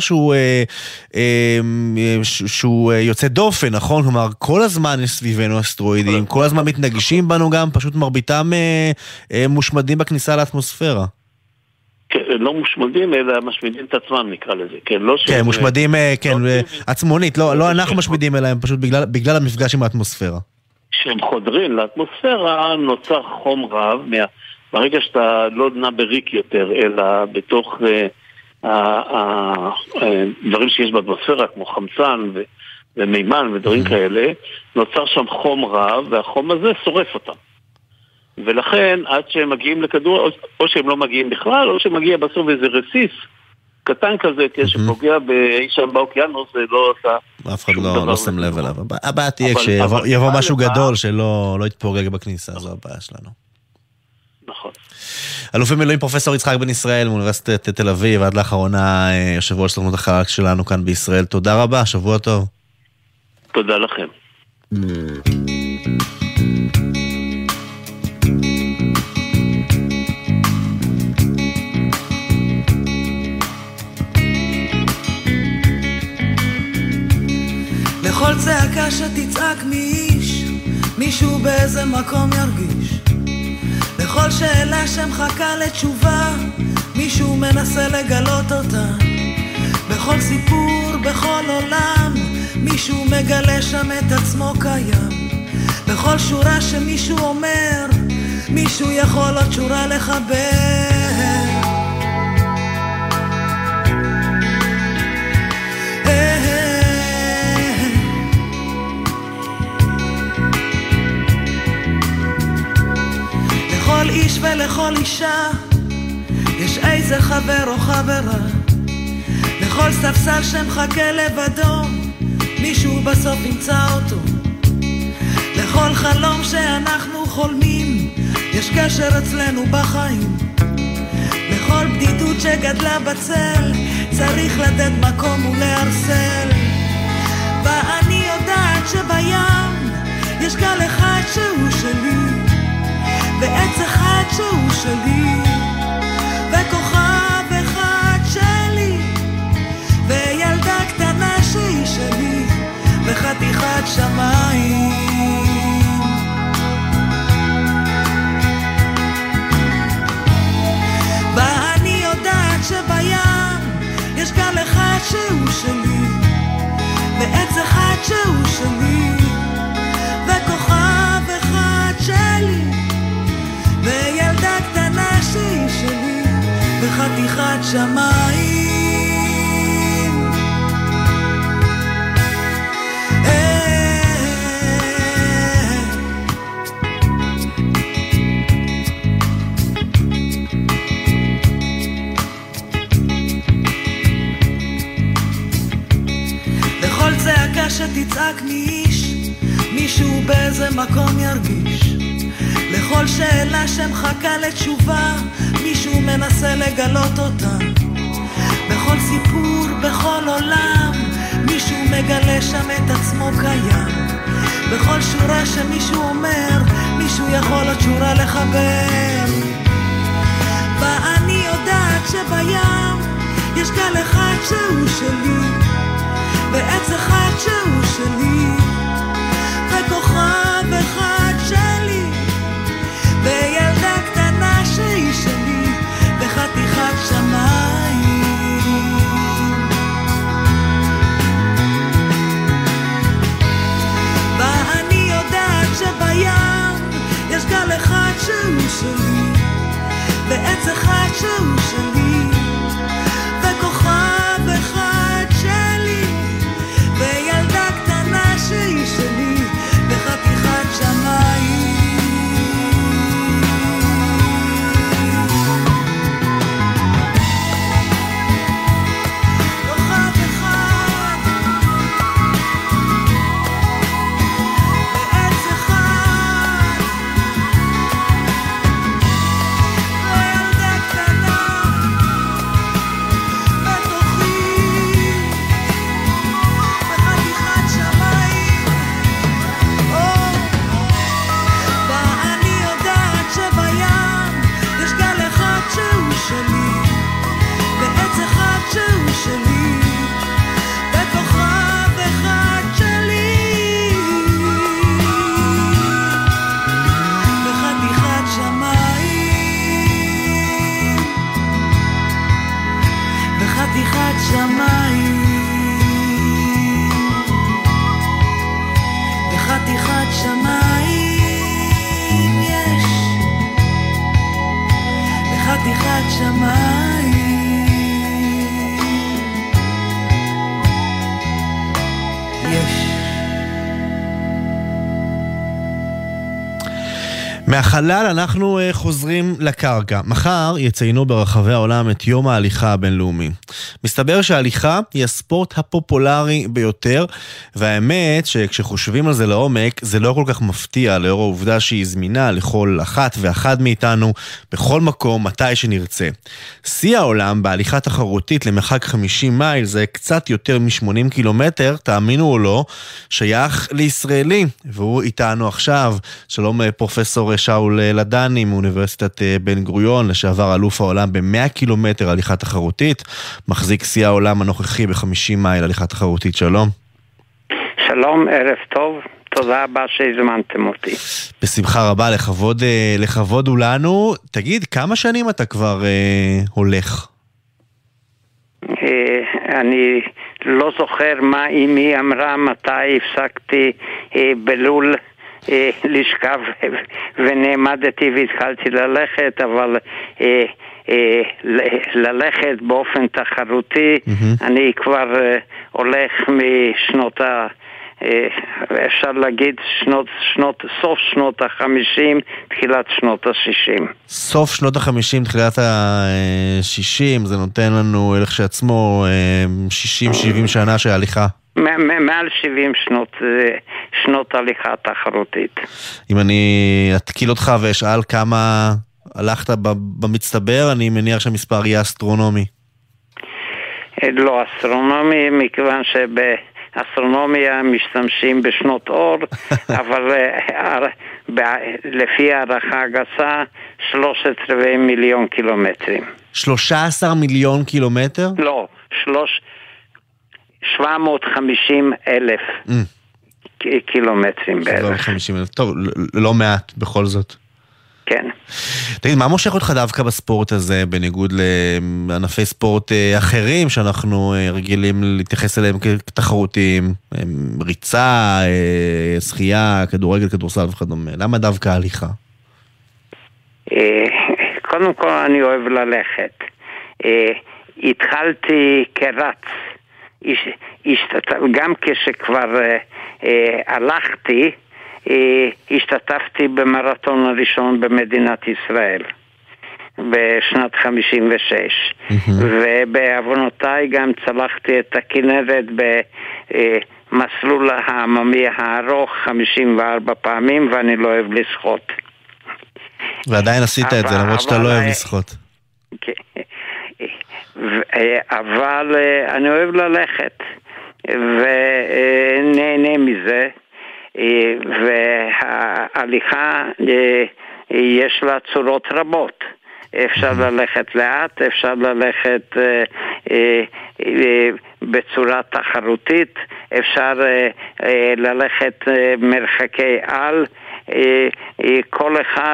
שהוא יוצא דופן, נכון? כלומר, כל הזמן יש סביבנו אסטרואידים, כל הזמן מתנגשים בנו גם, פשוט מרביתם מושמדים בכניסה לאטמוספירה. לא מושמדים, אלא משמידים את עצמם, נקרא לזה. כן, מושמדים, כן, עצמונית, לא אנחנו משמידים אלהם, פשוט בגלל המפגש עם האטמוספירה. כשהם חודרים לאטמוספירה נוצר חום רב, ברגע שאתה לא נע בריק יותר, אלא בתוך דברים שיש באטמוספירה, כמו חמצן ומימן ודברים כאלה, נוצר שם חום רב, והחום הזה שורף אותם. ולכן, עד שהם מגיעים לכדור, או שהם לא מגיעים בכלל, או שמגיע בסוף איזה רסיס קטן כזה, שפוגע שם באוקיינוס, זה לא עושה אף אחד לא שם לב אליו. הבעיה תהיה כשיבוא משהו גדול שלא יתפוגג בכניסה, זו הבעיה שלנו. נכון. אלוף במילואים פרופסור יצחק בן ישראל מאוניברסיטת תל אביב, עד לאחרונה יושב ראש סוכנות החלל שלנו כאן בישראל. תודה רבה, שבוע טוב. תודה לכם. לכל צעקה שתצעק מאיש, מישהו באיזה מקום ירגיש. לכל שאלה שמחכה לתשובה, מישהו מנסה לגלות אותה. בכל סיפור, בכל עולם, מישהו מגלה שם את עצמו קיים. בכל שורה שמישהו אומר, מישהו יכול עוד שורה לחבר. לכל איש ולכל אישה יש איזה חבר או חברה. לכל ספסל שמחכה לבדו, מישהו בסוף ימצא אותו. לכל חלום שאנחנו חולמים יש קשר אצלנו בחיים. לכל בדידות שגדלה בצל צריך לתת מקום ולהרסל. ואני יודעת שבים יש גל אחד שהוא שלי, ועץ אחד שהוא שלי, וכוכב אחד שלי, וילדה קטנה שהיא שלי, וחתיכת שמיים. ואני יודעת שבים יש גל אחד שהוא שלי, ועץ אחד שהוא שלי, וכוכב אחד שלי, וילדה קטנה שהיא שלי, וחתיכת שמיים. לכל צעקה שתצעק מאיש, מישהו באיזה מקום ירגיש. לכל שאלה שמחכה לתשובה, מישהו מנסה לגלות אותה. בכל סיפור, בכל עולם, מישהו מגלה שם את עצמו קיים. בכל שורה שמישהו אומר, מישהו יכול עוד שורה לחבר. ואני יודעת שבים יש גל אחד שהוא שלי, ועץ אחד שהוא שלי, וכוכב אחד שלי, וילדה קטנה שהיא שלי, וחתיכת שמיים. שהוא שלי, וכוכב אחד שלי, וילדה קטנה שהיא שלי, בחתיכת שמיים. מהחלל אנחנו חוזרים לקרקע. מחר יציינו ברחבי העולם את יום ההליכה הבינלאומי. מסתבר שההליכה היא הספורט הפופולרי ביותר, והאמת שכשחושבים על זה לעומק, זה לא כל כך מפתיע לאור העובדה שהיא זמינה לכל אחת ואחד מאיתנו, בכל מקום, מתי שנרצה. שיא העולם בהליכה תחרותית למרחק 50 מייל, זה קצת יותר מ-80 קילומטר, תאמינו או לא, שייך לישראלי, והוא איתנו עכשיו. שלום פרופסור שאול לדני מאוניברסיטת בן גוריון, לשעבר אלוף העולם ב100 קילומטר הליכה תחרותית, מחזיק שיא העולם הנוכחי ב50 מייל הליכה תחרותית. שלום. שלום, ערב טוב, תודה רבה שהזמנתם אותי. בשמחה רבה, לכבוד הוא לנו. תגיד, כמה שנים אתה כבר הולך? אני לא זוכר מה אמי אמרה מתי הפסקתי בלול לשכב ונעמדתי והתחלתי ללכת, אבל ללכת באופן תחרותי אני כבר הולך משנות אפשר להגיד סוף שנות ה-50, תחילת שנות ה-60. סוף שנות ה-50, תחילת ה-60, זה נותן לנו הלך שעצמו 60-70 שנה של הליכה. מעל 70 שנות הליכה תחרותית. אם אני אתקיל אותך ואשאל כמה הלכת במצטבר, אני מניח שהמספר יהיה אסטרונומי. לא אסטרונומי, מכיוון באסטרונומיה משתמשים בשנות אור, אבל לפי הערכה גסה 13 מיליון קילומטרים. 13 מיליון קילומטר? לא, 750,000 קילומטרים בערך. 750,000, טוב, לא מעט בכל זאת. כן. תגיד, מה מושך אותך דווקא בספורט הזה, בניגוד לענפי ספורט אחרים שאנחנו רגילים להתייחס אליהם כתחרותיים? ריצה, שחייה, כדורגל, כדורסל וכדומה. למה דווקא הליכה? קודם כל אני אוהב ללכת. התחלתי כרץ. גם כשכבר הלכתי, השתתפתי במרתון הראשון במדינת ישראל בשנת 56, ובעוונותיי גם צלחתי את הכנרת במסלול העממי הארוך 54 פעמים, ואני לא אוהב לשחות. ועדיין עשית את זה, למרות שאתה לא אוהב לשחות. אבל אני אוהב ללכת ונהנה מזה, וההליכה יש לה צורות רבות. אפשר ללכת לאט, אפשר ללכת בצורה תחרותית, אפשר ללכת מרחקי על, כל אחד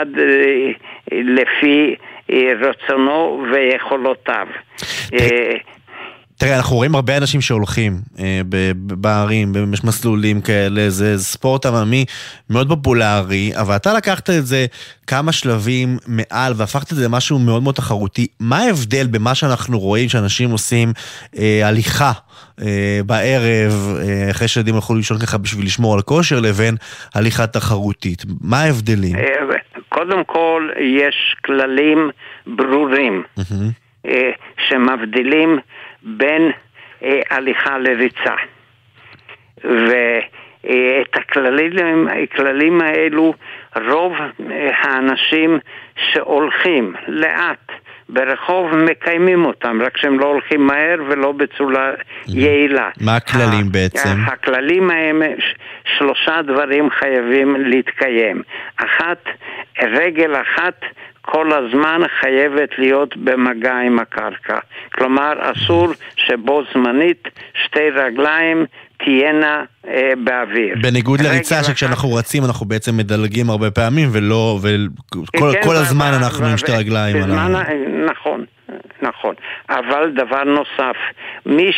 לפי רצונו ויכולותיו. תראה, אנחנו רואים הרבה אנשים שהולכים בערים, יש מסלולים כאלה, זה ספורט עממי מאוד פופולרי, אבל אתה לקחת את זה כמה שלבים מעל, והפכת את זה למשהו מאוד מאוד תחרותי. מה ההבדל במה שאנחנו רואים שאנשים עושים הליכה בערב, אחרי שילדים הלכו לישון ככה בשביל לשמור על כושר, לבין הליכה תחרותית? מה ההבדלים? קודם כל, יש כללים ברורים שמבדילים בין הליכה לריצה. ואת הכללים האלו רוב האנשים שהולכים לאט ברחוב מקיימים אותם, רק שהם לא הולכים מהר ולא בצורה יעילה. מה הכללים בעצם? הכללים הם 3 דברים חייבים להתקיים. רגל אחת כל הזמן חייבת להיות במגע עם הקרקע. כלומר, אסור שבו זמנית 2 רגליים תהיינה באוויר. בניגוד לריצה שכשאנחנו רצים אנחנו בעצם מדלגים הרבה פעמים ולא, כל הזמן אנחנו עם 2 רגליים. נכון. אבל דבר נוסף, מי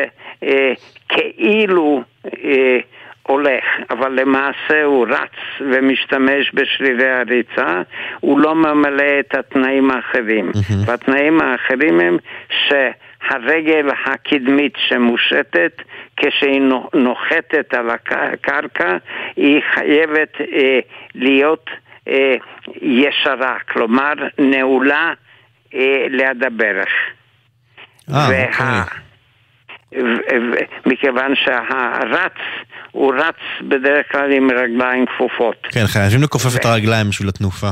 שכאילו הולך, אבל למעשה הוא רץ ומשתמש בשרירי הריצה, הוא לא ממלא את התנאים האחרים. והתנאים האחרים הם שהרגל הקדמית שמושטת, כשהיא נוחתת על הקרקע, היא חייבת להיות ישרה, כלומר נעולה ליד הברך. מכיוון שהרץ הוא רץ בדרך כלל עם רגליים כפופות. כן, חייבים לכופף את הרגליים בשביל התנופה.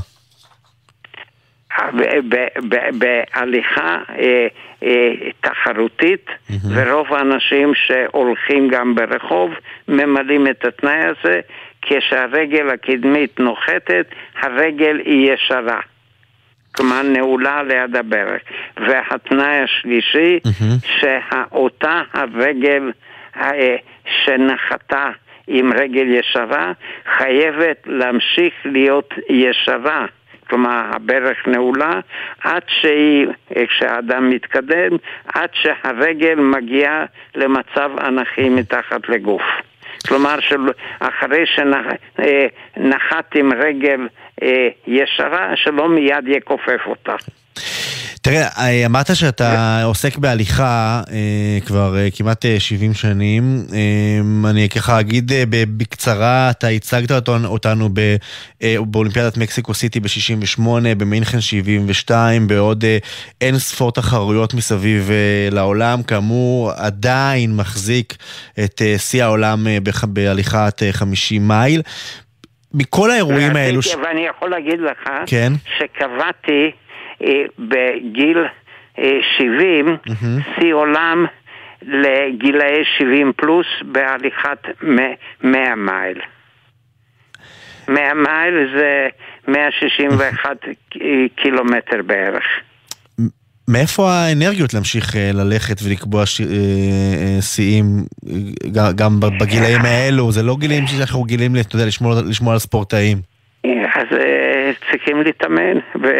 בהליכה תחרותית, ורוב האנשים שהולכים גם ברחוב ממלאים את התנאי הזה, כשהרגל הקדמית נוחתת, הרגל היא ישרה. כלומר נעולה ליד הברך. והתנאי השלישי, שאותה הרגל שנחתה עם רגל ישרה, חייבת להמשיך להיות ישרה. כלומר, הברך נעולה, עד כשהאדם מתקדם, עד שהרגל מגיעה למצב אנכי מתחת לגוף. כלומר, אחרי שנחת עם רגל ישרה, שלא מיד יכופף אותה. תראה, אמרת שאתה עוסק בהליכה כבר כמעט 70 שנים. אני ככה אגיד בקצרה, אתה הצגת אותנו באולימפיאדת מקסיקו סיטי ב-68, במינכן 72, בעוד אין ספור תחרויות מסביב לעולם. כאמור, עדיין מחזיק את שיא העולם בהליכת 50 מייל. מכל האירועים האלו... ואני יכול להגיד לך כן? שקבעתי בגיל 70 שיא עולם לגילאי 70 פלוס בהליכת 100 מייל. 100 מייל זה 161 קילומטר בערך. מאיפה האנרגיות להמשיך ללכת ולקבוע שיאים גם בגילאים האלו? זה לא גילאים שאנחנו גילים, אתה יודע, לשמור על ספורטאים. אז צריכים להתאמן,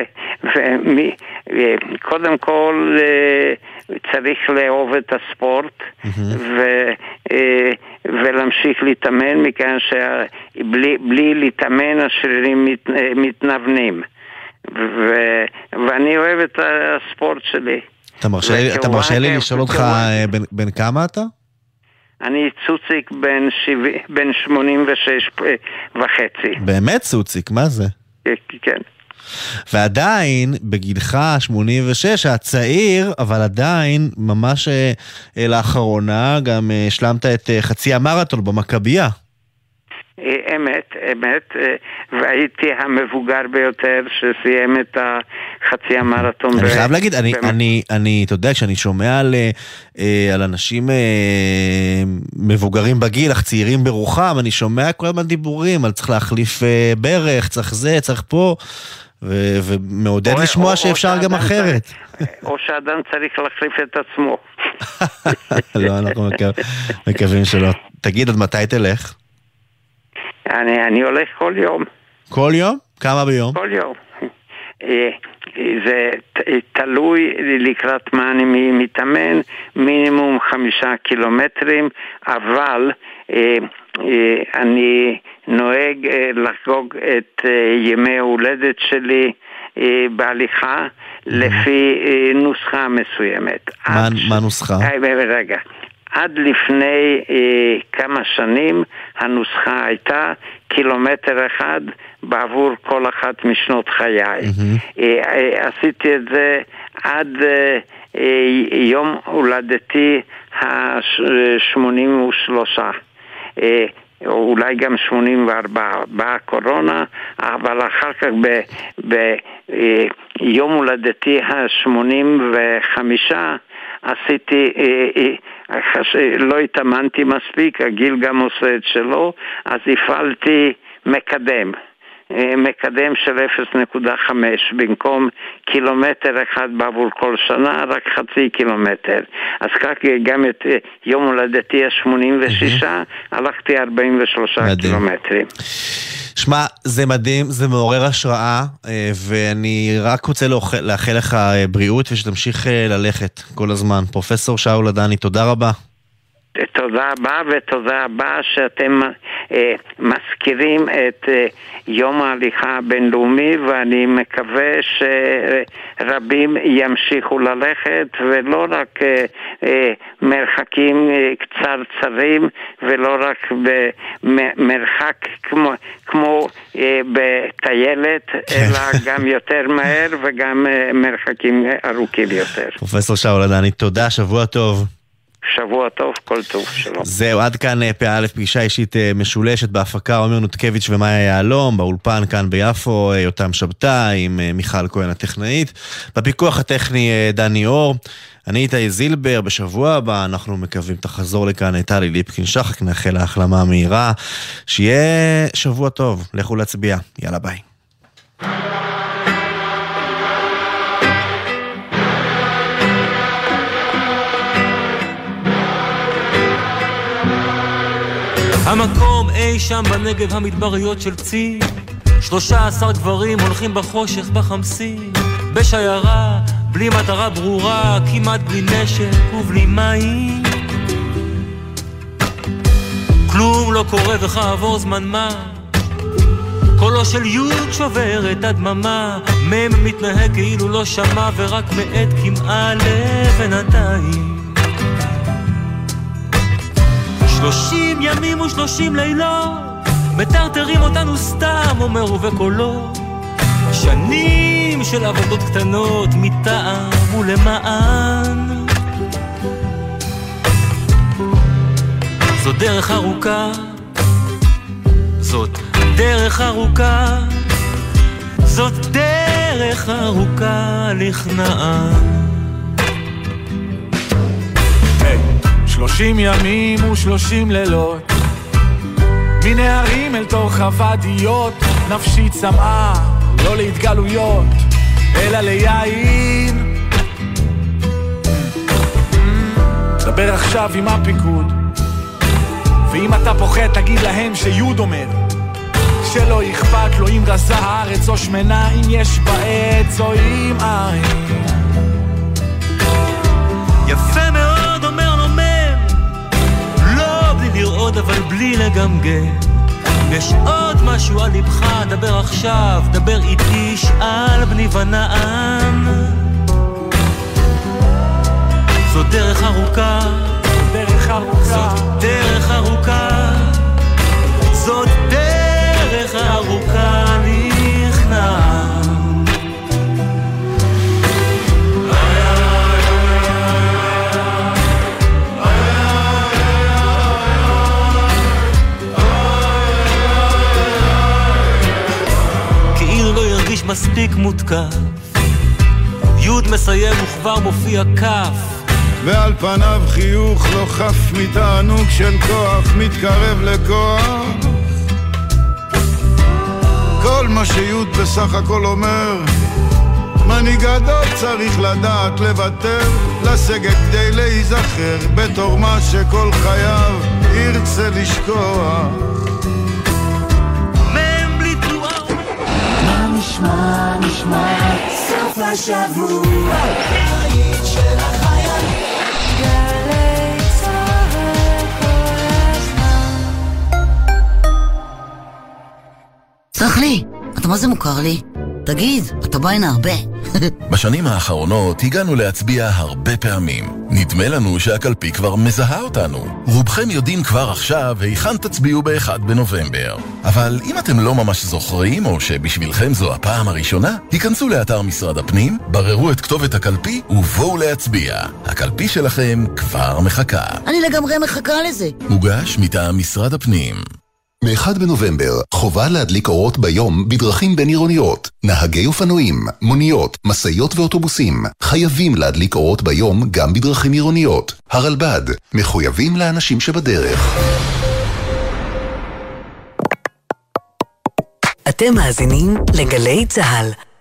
וקודם כל צריך לאהוב את הספורט ולהמשיך להתאמן, מכאן שבלי להתאמן השרירים מתנוונים, ואני אוהב את הספורט שלי. אתה מרשה לי לשאול אותך בין כמה אתה? אני צוציק בין 86 וחצי. באמת צוציק, מה זה? כן. ועדיין, בגילך 86, הצעיר, אבל עדיין, ממש לאחרונה, גם השלמת את חצי המרתון במכבייה. אמת, והייתי המבוגר ביותר שסיים את חצי המרתון. אני חייב להגיד, אני, אתה יודע, כשאני שומע על אנשים מבוגרים בגיל, אך צעירים ברוחם, אני שומע כל הזמן דיבורים על צריך להחליף ברך, צריך זה, צריך פה, ומעודד לשמוע שאפשר גם אחרת. או שאדם צריך להחליף את עצמו. לא, אנחנו מקווים שלא. תגיד, עד מתי תלך? אני הולך כל יום. כל יום? כמה ביום? כל יום. זה תלוי לקראת מה אני מתאמן, מינימום 5 קילומטרים, אבל אני נוהג לחגוג את ימי ההולדת שלי בהליכה לפי נוסחה מסוימת. מה נוסחה? רגע. עד לפני כמה שנים הנוסחה הייתה 1 קילומטר בעבור כל אחת משנות חיי. עשיתי את זה עד יום הולדתי ה-83. אולי גם 84 בקורונה, אבל אחר כך ביום הולדתי ה-85 עשיתי, לא התאמנתי מספיק, הגיל גם עושה את שלו, אז הפעלתי מקדם של 0.5 במקום 1 קילומטר בעבור כל שנה, רק 0.5 קילומטר. אז כך גם את יום הולדתי ה-86 הלכתי 43 קילומטרים. שמע, זה מדהים, זה מעורר השראה, ואני רק רוצה לאחל לך בריאות ושתמשיך ללכת כל הזמן. פרופסור שאול עדני, תודה רבה. תודה רבה, ותודה רבה שאתם מזכירים את יום ההליכה הבינלאומי, ואני מקווה שרבים ימשיכו ללכת, ולא רק מרחקים קצרצרים, ולא רק במרחק כמו בטיילת, אלא גם יותר מהר וגם מרחקים ארוכים יותר. פרופסור שאול עדני, תודה, שבוע טוב. שבוע טוב, כל טוב, שלום. זהו, עד כאן פ"א פגישה אישית משולשת בהפקה, עומר נותקביץ' ומאיה יעלום, באולפן כאן ביפו, יותם שבתאי עם מיכל כהן הטכנאית, בפיקוח הטכני דני אור, אני איתי זילבר. בשבוע הבא אנחנו מקווים תחזור לכאן טלי ליפקין שחק, נאחל להחלמה מהירה, שיהיה שבוע טוב, לכו להצביע, יאללה ביי. המקום אי שם בנגב, המדבריות של צי, 13 גברים הולכים בחושך בחמסים, בשיירה, בלי מטרה ברורה, כמעט בלי נשק ובלי מים. כלום לא קורה וכעבור זמן מה, קולו של יוד שובר את הדממה, מם מתנהג כאילו לא שמע ורק מעט כמעה לבינתיים. 30 ימים ו30 לילות מטרטרים אותנו סתם, אומר ובקולו, שנים של עבודות קטנות מטעם ולמען. זאת דרך ארוכה, זאת דרך ארוכה, זאת דרך ארוכה לכנען. 30 ימים ו30 לילות, מנהרים אל תוך הוואדיות, נפשי צמאה, לא להתגלויות, אלא ליין. דבר עכשיו עם הפיקוד, ואם אתה פוחד תגיד להם שיוד אומר, שלא אכפת לו אם רזה הארץ או שמנה, אם יש בעץ או אם עין. יפה מאוד אומר לו מם, לא בלי לראות אבל בלי לגמגם. יש עוד משהו על לבך, דבר עכשיו, דבר איתי, שאל בני ונעם. זאת דרך ארוכה, דרך ארוכה, זאת דרך ארוכה, זאת דרך ארוכה נכנע. כאילו לא ירגיש מספיק מותקף, יוד מסיים וכבר מופיע כף, ועל פניו חיוך לא חף מתענוג של כוח מתקרב לכוח. כל מה שיוד בסך הכל אומר, מנהיג גדול צריך לדעת לוותר, לסגת כדי להיזכר בתור מה שכל חייו ירצה לשכוח. מהם בלי תנועה, מה נשמע, נשמע סוף השבוע, היית של החיילים. גלי צהל כל הזמן. סלח לי, אתה מה זה מוכר לי? תגיד, אתה בא הנה הרבה. בשנים האחרונות הגענו להצביע הרבה פעמים. נדמה לנו שהקלפי כבר מזהה אותנו. רובכם יודעים כבר עכשיו היכן תצביעו ב-1 בנובמבר. אבל אם אתם לא ממש זוכרים, או שבשבילכם זו הפעם הראשונה, היכנסו לאתר משרד הפנים, בררו את כתובת הקלפי ובואו להצביע. הקלפי שלכם כבר מחכה. אני לגמרי מחכה לזה. מוגש מטעם משרד הפנים. מ-1 בנובמבר, חובה להדליק אורות ביום בדרכים בין עירוניות. נהגי אופנועים, מוניות, מסעיות ואוטובוסים חייבים להדליק אורות ביום גם בדרכים עירוניות. הרלב"ד, מחויבים לאנשים שבדרך. אתם מאזינים לגלי צהל.